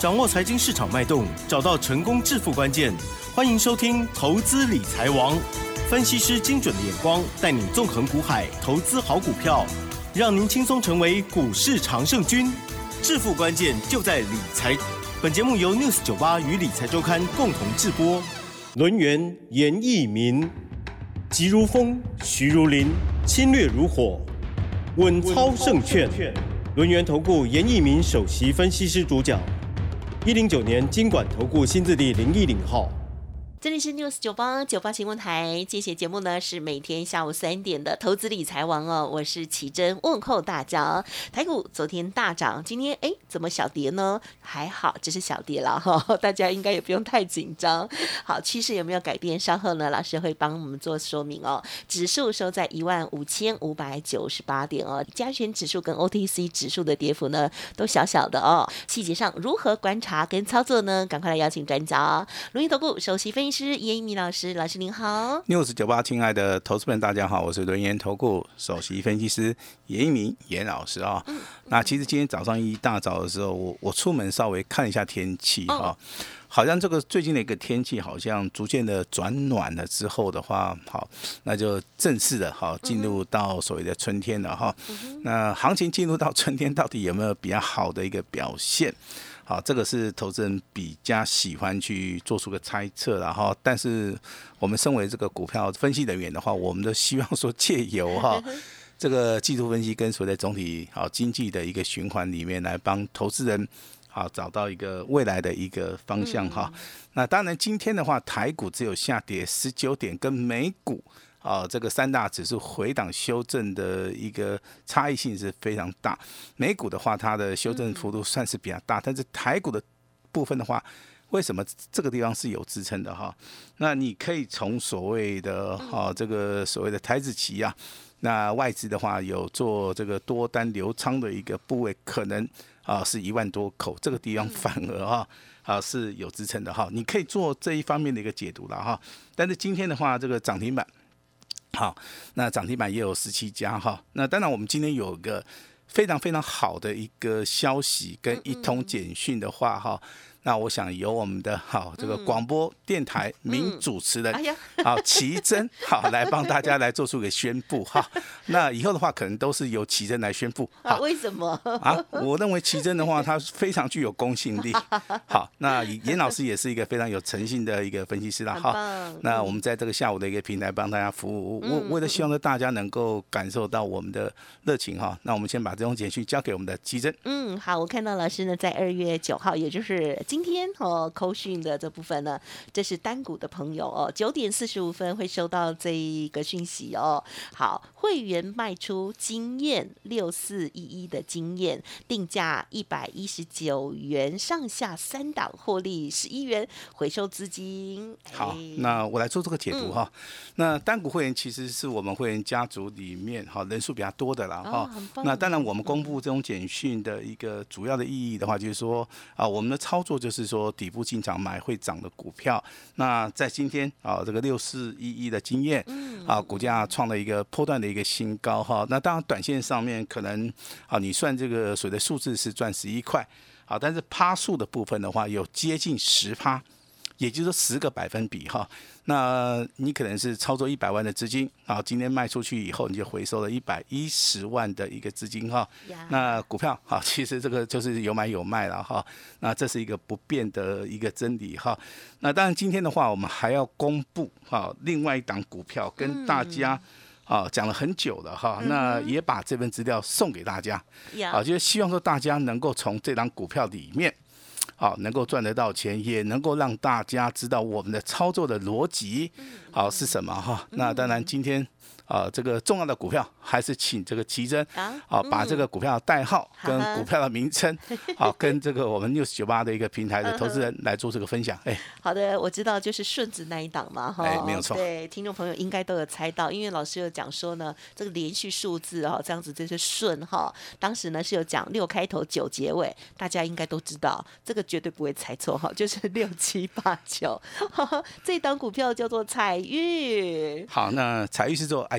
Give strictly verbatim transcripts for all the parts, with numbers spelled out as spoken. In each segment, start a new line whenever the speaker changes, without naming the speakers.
掌握财经市场脉动，找到成功致富关键。欢迎收听《投资理财王》，分析师精准的眼光，带你纵横股海，投资好股票，让您轻松成为股市常胜军。致富关键就在理财。本节目由 News 九十八与理财周刊共同制播。轮源严义民，急如风，徐如林，侵略如火，稳操胜券。轮源投顾严义民首席分析师主讲。一零九年金管投顾新字第零一零号。
这里是 News 九八九八新闻台，这些节目呢是每天下午三点的投资理财王哦，我是奇珍，问候大家。台股昨天大涨，今天哎怎么小跌呢？还好，只是小跌了哈，大家应该也不用太紧张。好，趋势有没有改变？稍后呢，老师会帮我们做说明哦。指数收在一万五千五百九十八点哦，加权指数跟 O T C 指数的跌幅呢都小小的哦。细节上如何观察跟操作呢？赶快来邀请专家哦，轮源投顾首席分析师严义民老师，老师您好。
News 九十八，亲爱的投资们，大家好，我是轮源投顾首席分析师严义民严老师啊、哦嗯。那其实今天早上一大早的时候，我我出门稍微看一下天气哈、哦，好像这个最近的一个天气好像逐渐的转暖了之后的话，好，那就正式的哈进入到所谓的春天了哈、嗯。那行情进入到春天，到底有没有比较好的一个表现？好，这个是投资人比较喜欢去做出个猜测啦哈，但是我们身为这个股票分析人员的话，我们都希望说借由哈这个技术分析跟所谓的总体好经济的一个循环里面来帮投资人好找到一个未来的一个方向哈。那当然今天的话，台股只有下跌十九点，跟美股啊，这个三大指数回档修正的一个差异性是非常大。美股的话，它的修正幅度算是比较大，但是台股的部分的话，为什么这个地方是有支撑的哈？那你可以从所谓的哈这个所谓的台指期啊，那外资的话有做这个多单流仓的一个部位，可能啊是一万多口，这个地方反而哈。啊，是有支撑的哈，你可以做这一方面的一个解读了哈。但是今天的话，这个涨停板。好，那涨停板也有十七家哈。那当然，我们今天有一个非常非常好的一个消息跟一通简讯的话哈。那我想由我们的好这个广播电台名主持人好奇珍好来帮大家来做出个宣布哈。那以后的话可能都是由奇珍来宣布
啊？为什么
啊？我认为奇珍的话，他非常具有公信力。好，那严老师也是一个非常有诚信的一个分析师啦。好，那我们在这个下午的一个平台帮大家服务，我为了希望大家能够感受到我们的热情哈。那我们先把这种简讯交给我们的奇珍。
嗯，好，我看到老师呢在二月九号，也就是今天哦，扣讯的这部分呢，这是单股的朋友哦，九点四十五分会收到这一个讯息哦。好，会员卖出经验六四一一的经验，定价一百一十九元上下三档，获利十一元，回收资金。
好，那我来做这个解读哈、嗯。那单股会员其实是我们会员家族里面哈人数比较多的啦哈、哦。那当然我们公布这种简讯的一个主要的意义的话，就是说啊，我们的操作就是说。底部进场买会涨的股票，那在今天啊，这个六四一一的经验啊，股价创了一个波段的一个新高哈。那当然，短线上面可能啊，你算这个所谓的数字是赚十一块，好，但是趴数的部分的话，有接近十趴。也就是说十个百分比哈，那你可能是操作一百万的资金啊，今天卖出去以后，你就回收了一百一十万的一个资金哈。Yeah. 那股票哈，其实这个就是有买有卖了哈。那这是一个不变的一个真理哈。那当然今天的话，我们还要公布哈另外一档股票，跟大家。嗯啊，讲了很久了哈，那也把这份资料送给大家，啊，就是希望说大家能够从这档股票里面，好，能够赚得到钱，也能够让大家知道我们的操作的逻辑，好是什么哈。那当然今天。啊、呃，这个重要的股票还是请这个奇珍啊、呃，把这个股票的代号跟股票的名称，好、呃，跟这个我们 News 九十八的一个平台的投资人来做这个分享。哎，
好的，我知道就是顺子那一档嘛，哈，
哎，没有错。
对，听众朋友应该都有猜到，因为老师有讲说呢，这个连续数字哈，这样子就是顺哈。当时呢是有讲六开头九结尾，大家应该都知道，这个绝对不会猜错哈，就是六七八九。这档股票叫做彩玉。
好，那彩玉是做 I C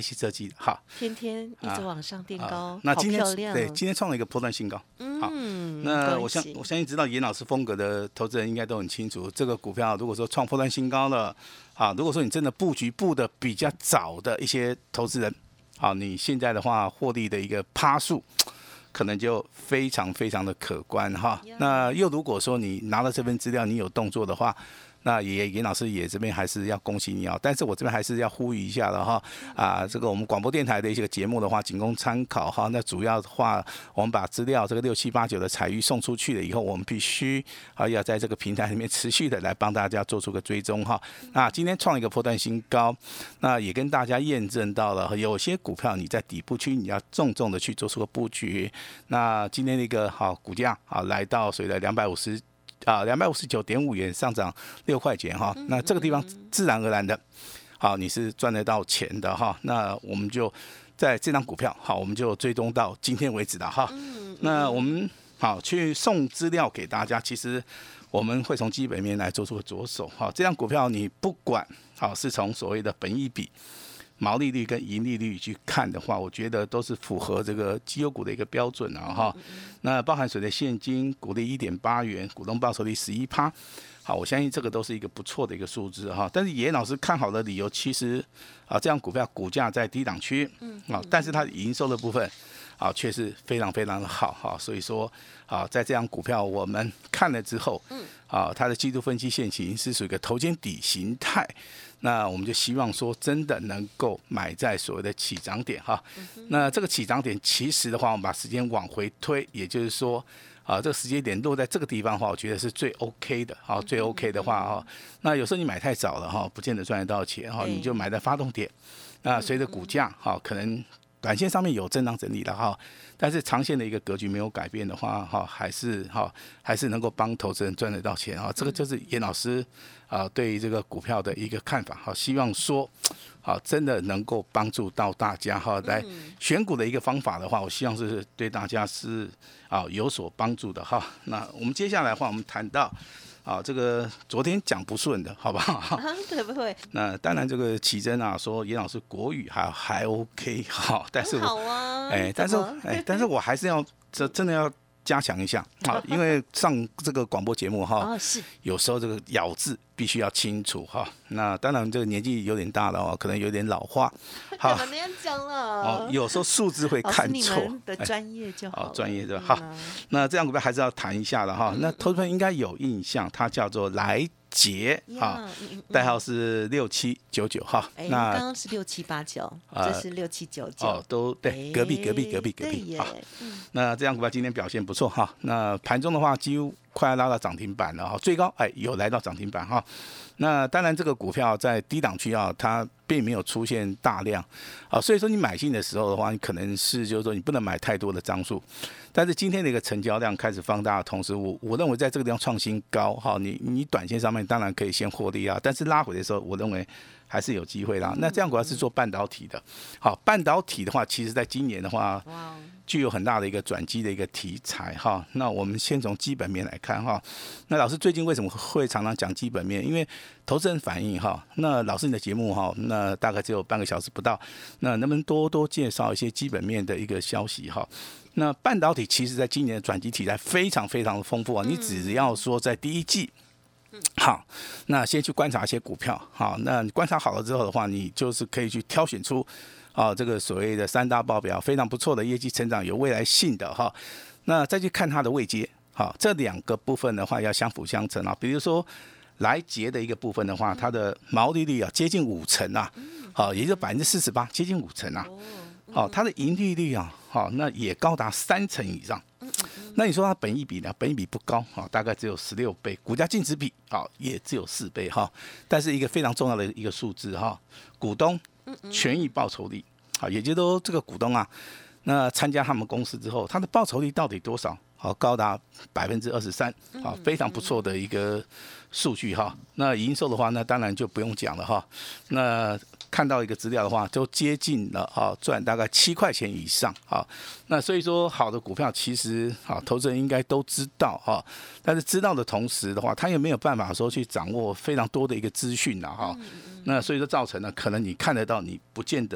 C 设计的哈，
天天一直往上垫高，
啊、那今天
好漂亮
对今天创了一个波段新高。好，
嗯，
那我相
恭喜
我相信知道严老师风格的投资人应该都很清楚，这个股票如果说创波段新高了，啊，如果说你真的布局布的比较早的一些投资人，好，你现在的话获利的一个趴数，可能就非常非常的可观哈。那又如果说你拿到这份资料，你有动作的话，那也严老师也这边还是要恭喜你啊，但是我这边还是要呼吁一下的哈，啊，这个我们广播电台的一些节目的话，仅供参考哈。那主要的话，我们把资料这个六七八九的彩玉送出去了以后，我们必须啊要在这个平台里面持续的来帮大家做出个追踪哈。那今天创一个波段新高，那也跟大家验证到了，有些股票你在底部区你要重重的去做出个布局。那今天的一个好股价啊来到谁的两百五十。啊，两百五十九点五元上涨六块钱哈，那这个地方自然而然的，好，你是赚得到钱的哈。那我们就在这张股票，好，我们就追踪到今天为止的哈。那我们好去送资料给大家，其实我们会从基本面来做出着手哈。这张股票你不管好是从所谓的本益比、毛利率跟盈利率去看的话，我觉得都是符合这个绩优股的一个标准啊哈。那包含水的现金股利一点八元，股东报酬率十一趴，好，我相信这个都是一个不错的一个数字哈。但是严老师看好的理由，其实啊，这样股票股价在低档区，啊，但是它的营收的部分啊，却是非常非常的好哈。所以说啊，在这样股票我们看了之后，啊，它的季度分析线型是属于一个头肩底形态。那我们就希望说，真的能够买在所谓的起涨点哈。那这个起涨点，其实的话，我们把时间往回推，也就是说，啊，这个时间点落在这个地方的话，我觉得是最 OK 的，好，最 OK 的话哈。那有时候你买太早了哈，不见得赚得到钱哈，你就买在发动点。那随着股价哈，可能短线上面有震荡整理了哈，但是长线的一个格局没有改变的话哈，还是哈，还是能够帮投资人赚得到钱哈。这个就是严老师啊对于这个股票的一个看法哈，希望说好真的能够帮助到大家哈，来选股的一个方法的话，我希望是对大家是啊有所帮助的哈。那我们接下来的话，我们谈到。啊，这个昨天讲不顺的，好不好？
对不对？
那当然，这个奇珍啊说严老师国语还还 OK 好，但是我
好啊，
哎，但是哎，但是我还是要这真的要加强一下啊，因为上这个广播节目哈，
哦是，
有时候这个咬字必须要清楚哈。那当然，这个年纪有点大了哦，可能有点老化。
好，怎么那样讲了？
哦，有时候数字会看错。
你们的专业就好。
哦，专业对吧？好，那这样股票还是要谈一下的哈。那投资朋友应该有印象，它叫做来捷啊，代号是六七九九哈。
那刚刚是六七八九，这是六七九九。
哦，都对，隔壁隔壁隔壁隔壁。好，那这样股票今天表现不错哈。那盘中的话，几乎快要拉到涨停板了哈，最高哎有来到涨停板哈。那当然，这个股票在低档区啊，它并没有出现大量啊，所以说你买进的时候的话，你可能是就是说你不能买太多的张数。但是今天的一个成交量开始放大的同时，我我认为在这个地方创新高哈，你你短线上面当然可以先获利啊，但是拉回的时候，我认为还是有机会啦。那这样股票是做半导体的，好，半导体的话，其实在今年的话，具有很大的一个转机的一个题材哈。那我们先从基本面来看哈。那老师最近为什么会常常讲基本面？因为投资人反映哈，那老师你的节目哈，那大概只有半个小时不到，那能不能多多介绍一些基本面的一个消息哈？那半导体其实在今年的转机题材非常非常的丰富啊，你只要说在第一季。好，那先去观察一些股票，好，那你观察好了之后的话，你就是可以去挑选出啊这个所谓的三大报表非常不错的业绩成长有未来性的哈，那再去看它的位阶，好，这两个部分的话要相辅相成啊，比如说来捷的一个部分的话，它的毛利率啊接近五成啊，好，也就百分之四十八，接近五成啊，好，它的盈利率啊，好，那也高达三成以上。那你说它本益比呢？本益比不高啊，大概只有十六倍，股价净值比啊也只有四倍哈。但是一个非常重要的一个数字哈，股东权益报酬率啊，也就是说这个股东啊，那参加他们公司之后，他的报酬率到底多少？好，高达百分之二十三，啊，非常不错的一个数据哈。那营收的话，那当然就不用讲了哈。那看到一个资料的话，就接近了啊，赚大概七块钱以上啊。那所以说，好的股票其实啊，投资人应该都知道哈。但是知道的同时的话，他也没有办法说去掌握非常多的一个资讯了哈。那所以说造成了可能你看得到，你不见得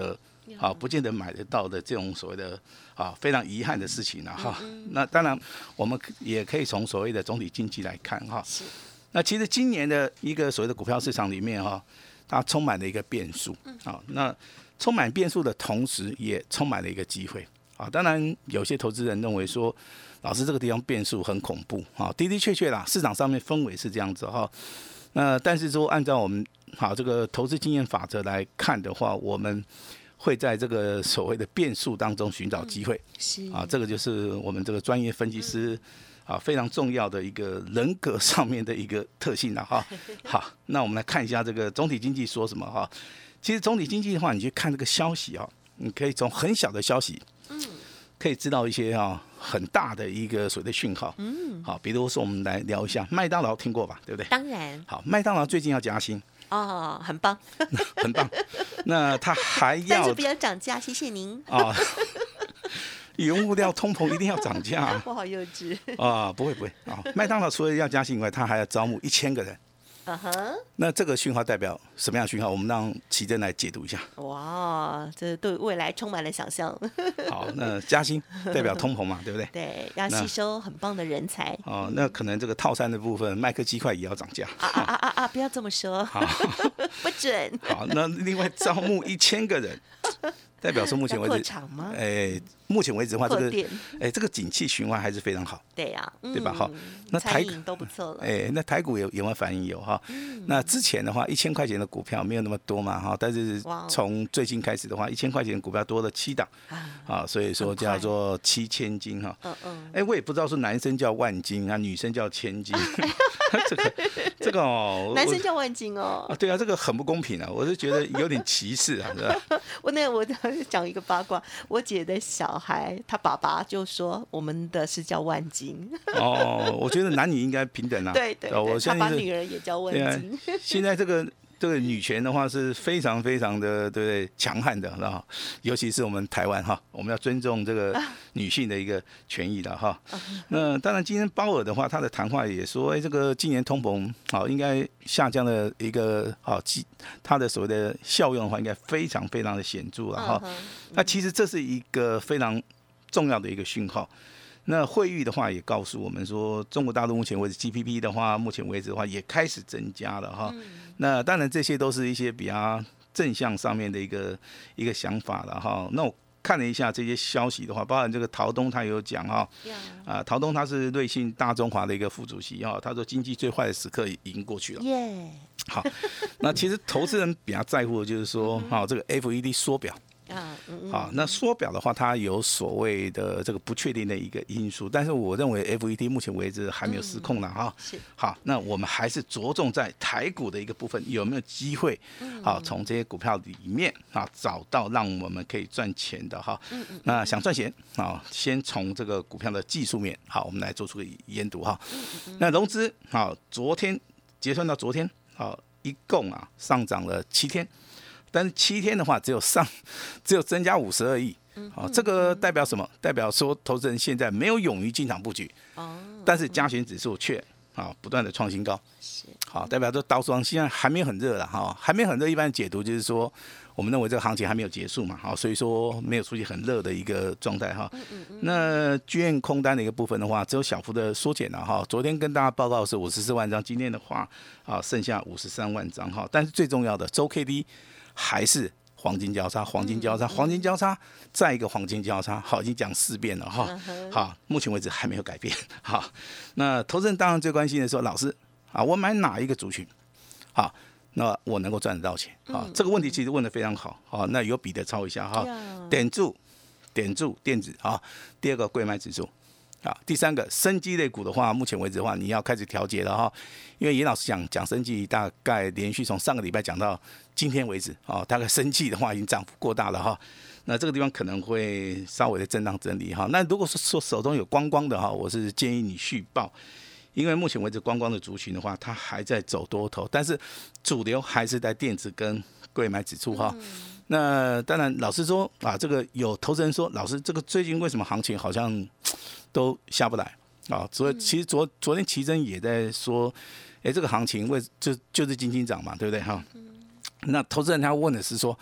啊，不见得买得到的这种所谓的啊非常遗憾的事情了哈。那当然，我们也可以从所谓的总体经济来看哈。那其实今年的一个所谓的股票市场里面哈，它充满了一个变数啊。那充满变数的同时，也充满了一个机会啊。当然，有些投资人认为说，老师这个地方变数很恐怖啊，的的确确啦，市场上面氛围是这样子哈。那但是说，按照我们好这个投资经验法则来看的话，我们会在这个所谓的变数当中寻找机会，
嗯、是
啊，这个就是我们这个专业分析师、嗯、啊非常重要的一个人格上面的一个特性了哈。好，那我们来看一下这个总体经济说什么哈。其实总体经济的话，你去看这个消息啊，你可以从很小的消息，嗯，可以知道一些啊很大的一个所谓的讯号，嗯，好，比如说我们来聊一下麦当劳，听过吧？对不对？
当然。
好，麦当劳最近要加薪。
哦，很棒，
很棒。那他还要，
但是不要涨价，谢谢您。
啊，原物料通膨一定要涨价。
我好幼稚。
啊，不会不会啊，麦当劳除了要加薪以外，他还要招募一千个人。
嗯哼，
那这个讯号代表什么样的讯号？我们让奇珍来解读一下。
哇，这对未来充满了想象。
好，那加薪代表通膨嘛，对不对？
对，要吸收很棒的人才。
哦，那可能这个套餐的部分，麦克鸡块也要涨价。
啊啊啊啊！不要这么说，不准。
好，那另外招募一千个人。代表说目前为止，哎、欸，目前为止的话，这个哎、欸，这个景气循环还是非常好。
对呀、啊，嗯、
对吧？哈，那台股
都不错了。
哎、欸，那台股有有没有反应？有哈。嗯、那之前的话，一千块钱的股票没有那么多嘛，哈，但是从最近开始的话，一千块钱的股票多了七档，啊，所以说叫做七千金哈。嗯嗯。哎、欸，我也不知道是男生叫万金啊，女生叫千金。这个这个哦，
男生叫万金哦。
啊，对啊，这个很不公平啊，我是觉得有点歧视啊，是吧？
我那我讲一个八卦，我姐的小孩，他爸爸就说我们的是叫万金。
哦，我觉得男女应该平等啊。
对对对，
我
他把女儿也叫万金。
啊、现在这个。这个女权的话是非常非常的对不对强悍的哈，尤其是我们台湾哈，我们要尊重这个女性的一个权益的哈。那当然，今天鲍尔的话，他的谈话也说，哎，这个今年通膨好应该下降的一个好，它的所谓的效用的话，应该非常非常的显著了哈。那其实这是一个非常重要的一个讯号。那惠誉的话也告诉我们说，中国大陆目前为止 G D P 的话，目前为止的话也开始增加了哈。嗯、那当然这些都是一些比较正向上面的一个一个想法了哈。那我看了一下这些消息的话，包含这个陶东他有讲哈，啊，陶东他是瑞信大中华的一个副主席哈，他说经济最坏的时刻已经过去了。耶。好，那其实投资人比较在乎的就是说，好、这个 F E D 缩表。啊，嗯、好，那缩表的话，它有所谓的这个不确定的一个因素，但是我认为 F E D 目前为止还没有失控了哈。嗯、是，好，那我们还是着重在台股的一个部分，有没有机会，好，从这些股票里面啊找到让我们可以赚钱的哈。嗯嗯。那想赚钱啊，先从这个股票的技术面，好，我们来做出个研读哈。嗯嗯。那融资好，昨天结算到昨天，好，一共啊上涨了七天。但是七天的话，只有上，只有增加五十二亿，好，这个代表什么？代表说投资人现在没有勇于进场布局，但是加权指数却啊不断的创新高，好，代表说道琼现在还没有很热了哈，还没有很热，一般的解读就是说，我们认为这个行情还没有结束嘛，好，所以说没有出现很热的一个状态哈。那剧院空单的一个部分的话，只有小幅的缩减了哈。昨天跟大家报告的是五十四万张，今天的话啊剩下五十三万张哈，但是最重要的周 K D。还是黄金交叉，黄金交叉，黄金交叉，再一个黄金交叉，好，已经讲四遍了哈。好，目前为止还没有改变。好，那投资人当然最关心的是说，老师啊，我买哪一个族群？好，那我能够赚得到钱？好，这个问题其实问得非常好。好，那有笔的抄一下哈。点住，点住电子啊。第二个柜买指数。啊，第三个生技类股的话，目前为止的话，你要开始调节了哈，因为严老师讲讲生技，大概连续从上个礼拜讲到今天为止，哦，大概生技的话已经涨幅过大了哈，那这个地方可能会稍微的震荡整理哈。那如果说手中有观光的哈，我是建议你续报，因为目前为止观光的族群的话，它还在走多头，但是主流还是在电子跟柜买指数哈。嗯，那当然，老师说啊，这个有投资人说，老师这个最近为什么行情好像都下不来啊？昨其实昨昨天奇珍也在说，哎、欸，这个行情为就就是金金涨嘛，对不对哈？那投资人他问的是说，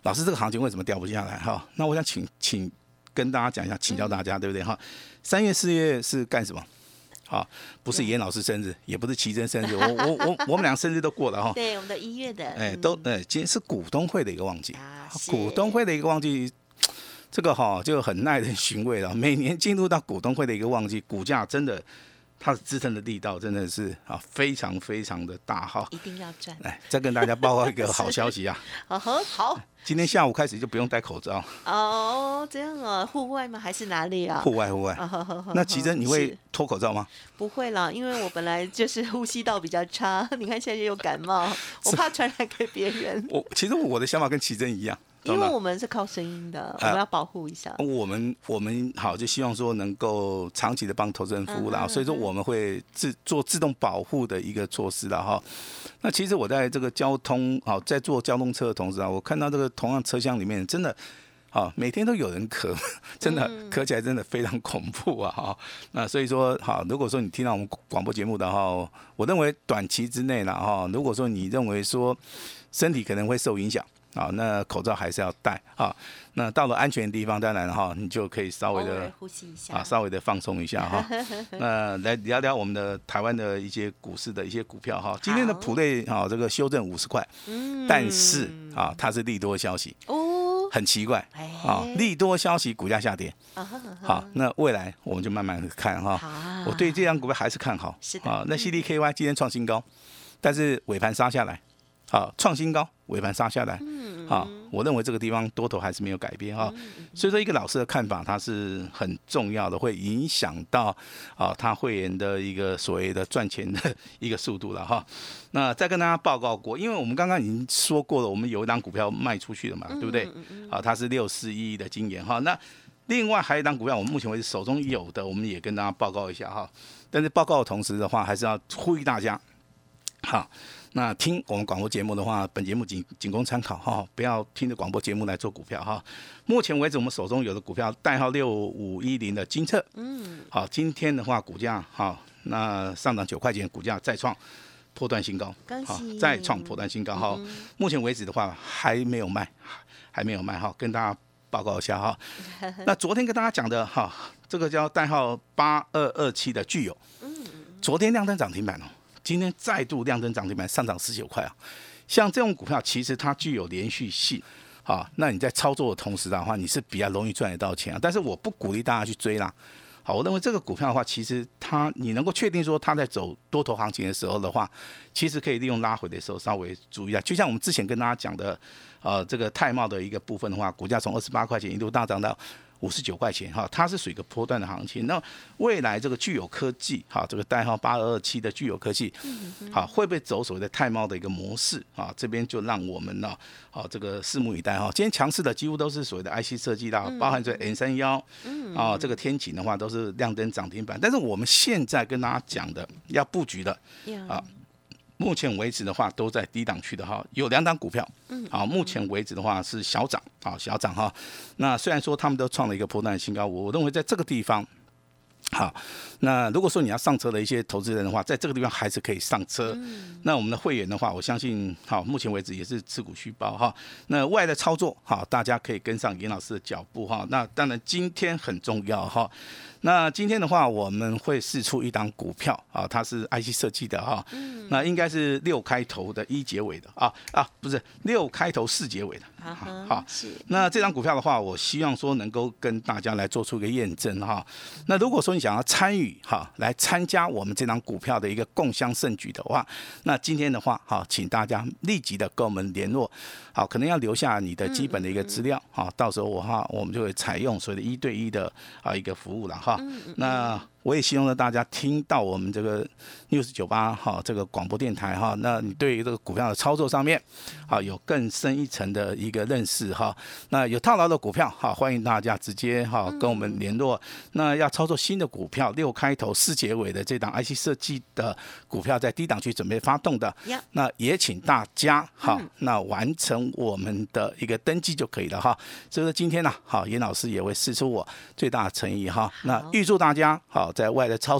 老师这个行情为什么掉不下来哈？那我想请请跟大家讲一下，请教大家，对不对哈？三月四月是干什么？好，不是严老师生日，也不是奇珍生日，我我我我们俩生日都过了哈。
对，我们的一月的，
哎，都哎，今天是股东会的一个旺季，
啊
股东会的一个旺季，这个哈就很耐人寻味了。每年进入到股东会的一个旺季，股价真的。它的支撑的力道真的是啊，非常非常的大哈，
一定要赚。
来，再跟大家报告一个好消息啊！
好好，
今天下午开始就不用戴口罩
哦，这样啊，户外吗？还是哪里啊？
户外，户外。那奇珍，你会脱口罩吗？
不会啦，因为我本来就是呼吸道比较差，你看现在又感冒，我怕传染给别人。
我其实我的想法跟奇珍一样。
因为我们是靠声音的，我们要保护一下。
呃、我们我们好，就希望说能够长期的帮投资人服务啦，嗯、所以说我们会自做自动保护的一个措施啦哈。那其实我在这个交通好，在做交通车的同时啊，我看到这个同样车厢里面真的。好，每天都有人咳，真的咳起来真的非常恐怖啊！哈，那所以说，好，如果说你听到我们广播节目的话，我认为短期之内啦，哈，如果说你认为说身体可能会受影响。好，那口罩还是要戴啊。那到了安全的地方，当然哈，你就可以稍微的
呼吸一下
啊，稍微的放松一下哈。那来聊聊我们的台湾的一些股市的一些股票哈。今天的普类啊，这个修正五十块，但是啊，它是利多消息哦，很奇怪啊，利多消息股价下跌。好，那未来我们就慢慢的看哈。我对这张股票还是看好。
是的。
啊，那 C D K Y 今天创新高，但是尾盘杀下来。好，创新高，尾盘杀下来。好，我认为这个地方多头还是没有改变哈。所以说，一个老师的看法，它是很重要的，会影响到啊他会员的一个所谓的赚钱的一个速度了哈。那再跟大家报告过，因为我们刚刚已经说过了，我们有一档股票卖出去了嘛，对不对？好，它是六四一的金研哈。那另外还有一档股票，我们目前为止手中有的，我们也跟大家报告一下哈。但是报告的同时的话，还是要呼吁大家，好。那听我们广播节目的话，本节目仅仅供参考哈，不要听着广播节目来做股票哈。目前为止，我们手中有的股票代号六五一零的金策，嗯，好，今天的话股价好，那上涨九块钱，股价再创波段新高，好，再创波段新高哈。嗯、目前为止的话还没有卖，还没有卖哈，跟大家报告一下哈。那昨天跟大家讲的哈，这个叫代号八二二七的巨有，嗯，昨天亮灯涨停板哦。今天再度亮灯涨停板，上涨十九块啊！像这种股票，其实它具有连续性，好，那你在操作的同时的话，你是比较容易赚得到钱啊。但是我不鼓励大家去追啦。好，我认为这个股票的话，其实它你能够确定说它在走多头行情的时候的话，其实可以利用拉回的时候稍微注意一下。就像我们之前跟大家讲的，呃，这个泰茂的一个部分的话，股价从二十八块钱一度大涨到五十九块钱哈，它是属于一个波段的行情。那未来这个具有科技哈，这个代号八二二七的具有科技，好，会不会走所谓的泰茂的一个模式啊？这边就让我们呢，好，这个拭目以待哈。今天强势的几乎都是所谓的 I C 设计啦，包含这 N 三十一，啊，这个天晴的话都是亮灯涨停板。但是我们现在跟大家讲的要布局的啊。目前为止的话，都在低档区的哈，有两档股票，好，目前为止的话是小涨，好，小涨哈。那虽然说他们都创了一个波段新高，我认为在这个地方，好，那如果说你要上车的一些投资人的话，在这个地方还是可以上车。嗯、那我们的会员的话，我相信，好，目前为止也是持股续报哈。那外的操作，好，大家可以跟上严老师的脚步哈。那当然今天很重要哈。那今天的话，我们会释出一档股票啊，它是 I C 设计的哈，嗯、那应该是六开头的一结尾的啊啊，不是六开头四结尾的。好，那这张股票的话，我希望说能够跟大家来做出一个验证哈。那如果说你想要参与哈，来参加我们这张股票的一个共襄盛举的话，那今天的话，好，请大家立即的跟我们联络，好，可能要留下你的基本的一个资料，好，到时候我哈，我们就会采用所谓的一对一的啊一个服务了哈。那我也希望呢，大家听到我们这个 News 九十八 哈这个广播电台哈，那你对于这个股票的操作上面，好有更深一层的一个认识哈。那有套牢的股票，好欢迎大家直接哈跟我们联络。那要操作新的股票，六开头四结尾的这档 I C 设计的股票，在低档区准备发动的，那也请大家哈，那完成我们的一个登记就可以了哈。所以说今天呢，好严老师也会释出我最大的诚意哈。那预祝大家好。在外的操作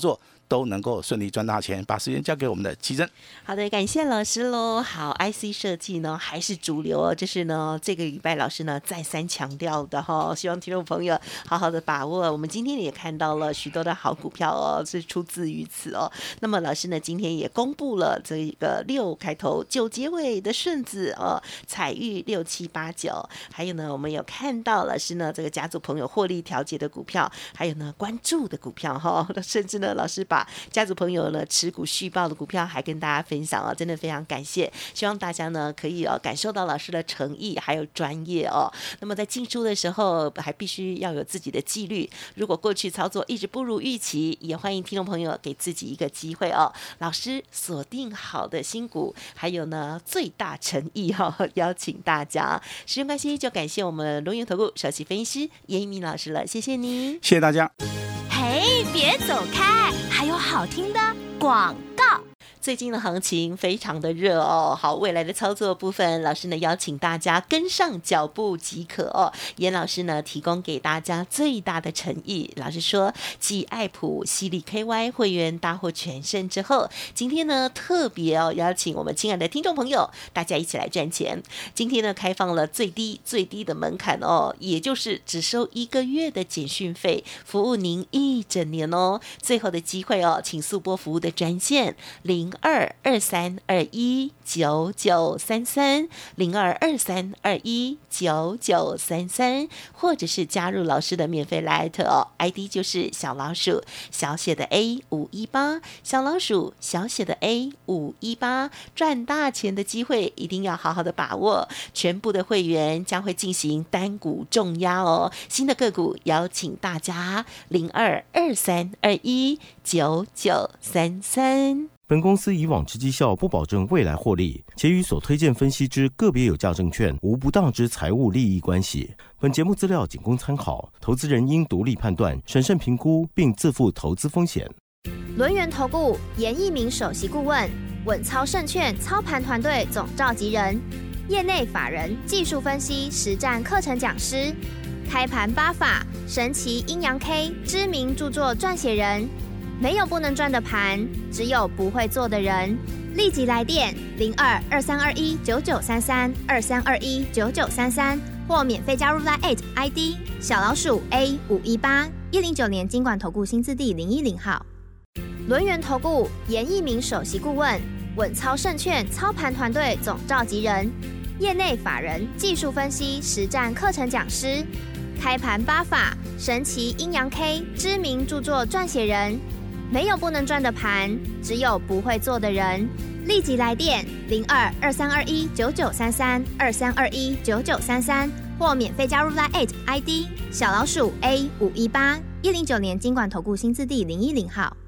都能够顺利赚大钱。把时间交给我们的奇珍。
好的，感谢老师喽。好 ，I C 设计呢还是主流哦，这是呢这个礼拜老师呢再三强调的哈、哦，希望听众朋友好好的把握。我们今天也看到了许多的好股票哦，是出自于此哦。那么老师呢今天也公布了这个六开头九结尾的顺子哦，彩玉六七八九，还有呢我们有看到老师呢这个家族朋友获利调节的股票，还有呢关注的股票哈、哦，甚至呢老师把家族朋友呢持股续报的股票还跟大家分享哦，真的非常感谢，希望大家呢可以哦感受到老师的诚意还有专业哦。那么在进出的时候还必须要有自己的纪律，如果过去操作一直不如预期，也欢迎听众朋友给自己一个机会哦。老师锁定好的新股，还有呢最大诚意哈、哦，邀请大家。时间关系，就感谢我们龙岩投顾首席分析师严一鸣老师了，谢谢你，
谢谢大家。
嘿，别走开，还有好听的广告。
最近的行情非常的热哦，好，未来的操作部分，老师呢邀请大家跟上脚步即可哦。严老师呢提供给大家最大的诚意，老师说继爱普、犀利 K Y 会员大获全胜之后，今天呢特别哦邀请我们亲爱的听众朋友，大家一起来赚钱。今天呢开放了最低最低的门槛哦，也就是只收一个月的简讯费，服务您一整年哦。最后的机会哦，请速拨服务的专线零二二三二一九九三三零二二三二一九九三三，或者是加入老师的免费 Line 哦 ，I D 就是小老鼠小写的 A 五一八，小老鼠小写的 A 五一八，赚大钱的机会一定要好好的把握。全部的会员将会进行单股重压哦，新的个股邀请大家零二二三二一九九三三。
本公司以往之绩效不保证未来获利，且与所推荐分析之个别有价证券无不当之财务利益关系。本节目资料仅供参考，投资人应独立判断、审慎评估，并自负投资风险。
轮源投顾严一鸣首席顾问，稳操胜券操盘团队总召集人，业内法人技术分析实战课程讲师，开盘八法、神奇阴阳 K 知名著作撰写人。没有不能赚的盘，只有不会做的人。立即来电零二二三二一九九三三二三二一九九三三，或免费加入 Line I D 小老鼠 A 五一八，一零九年金管投顾新字第零一零号。轮源投顾严一鸣首席顾问，稳操胜券操盘团队总召集人，业内法人技术分析实战课程讲师，开盘八法、神奇阴阳 K 知名著作撰写人。没有不能赚的盘，只有不会做的人。立即来电零二二三二一九九三三二三二一九九三三，或免费加入 Line I D 小老鼠 A 五一八，一零九年金管投顾新字第零一零号。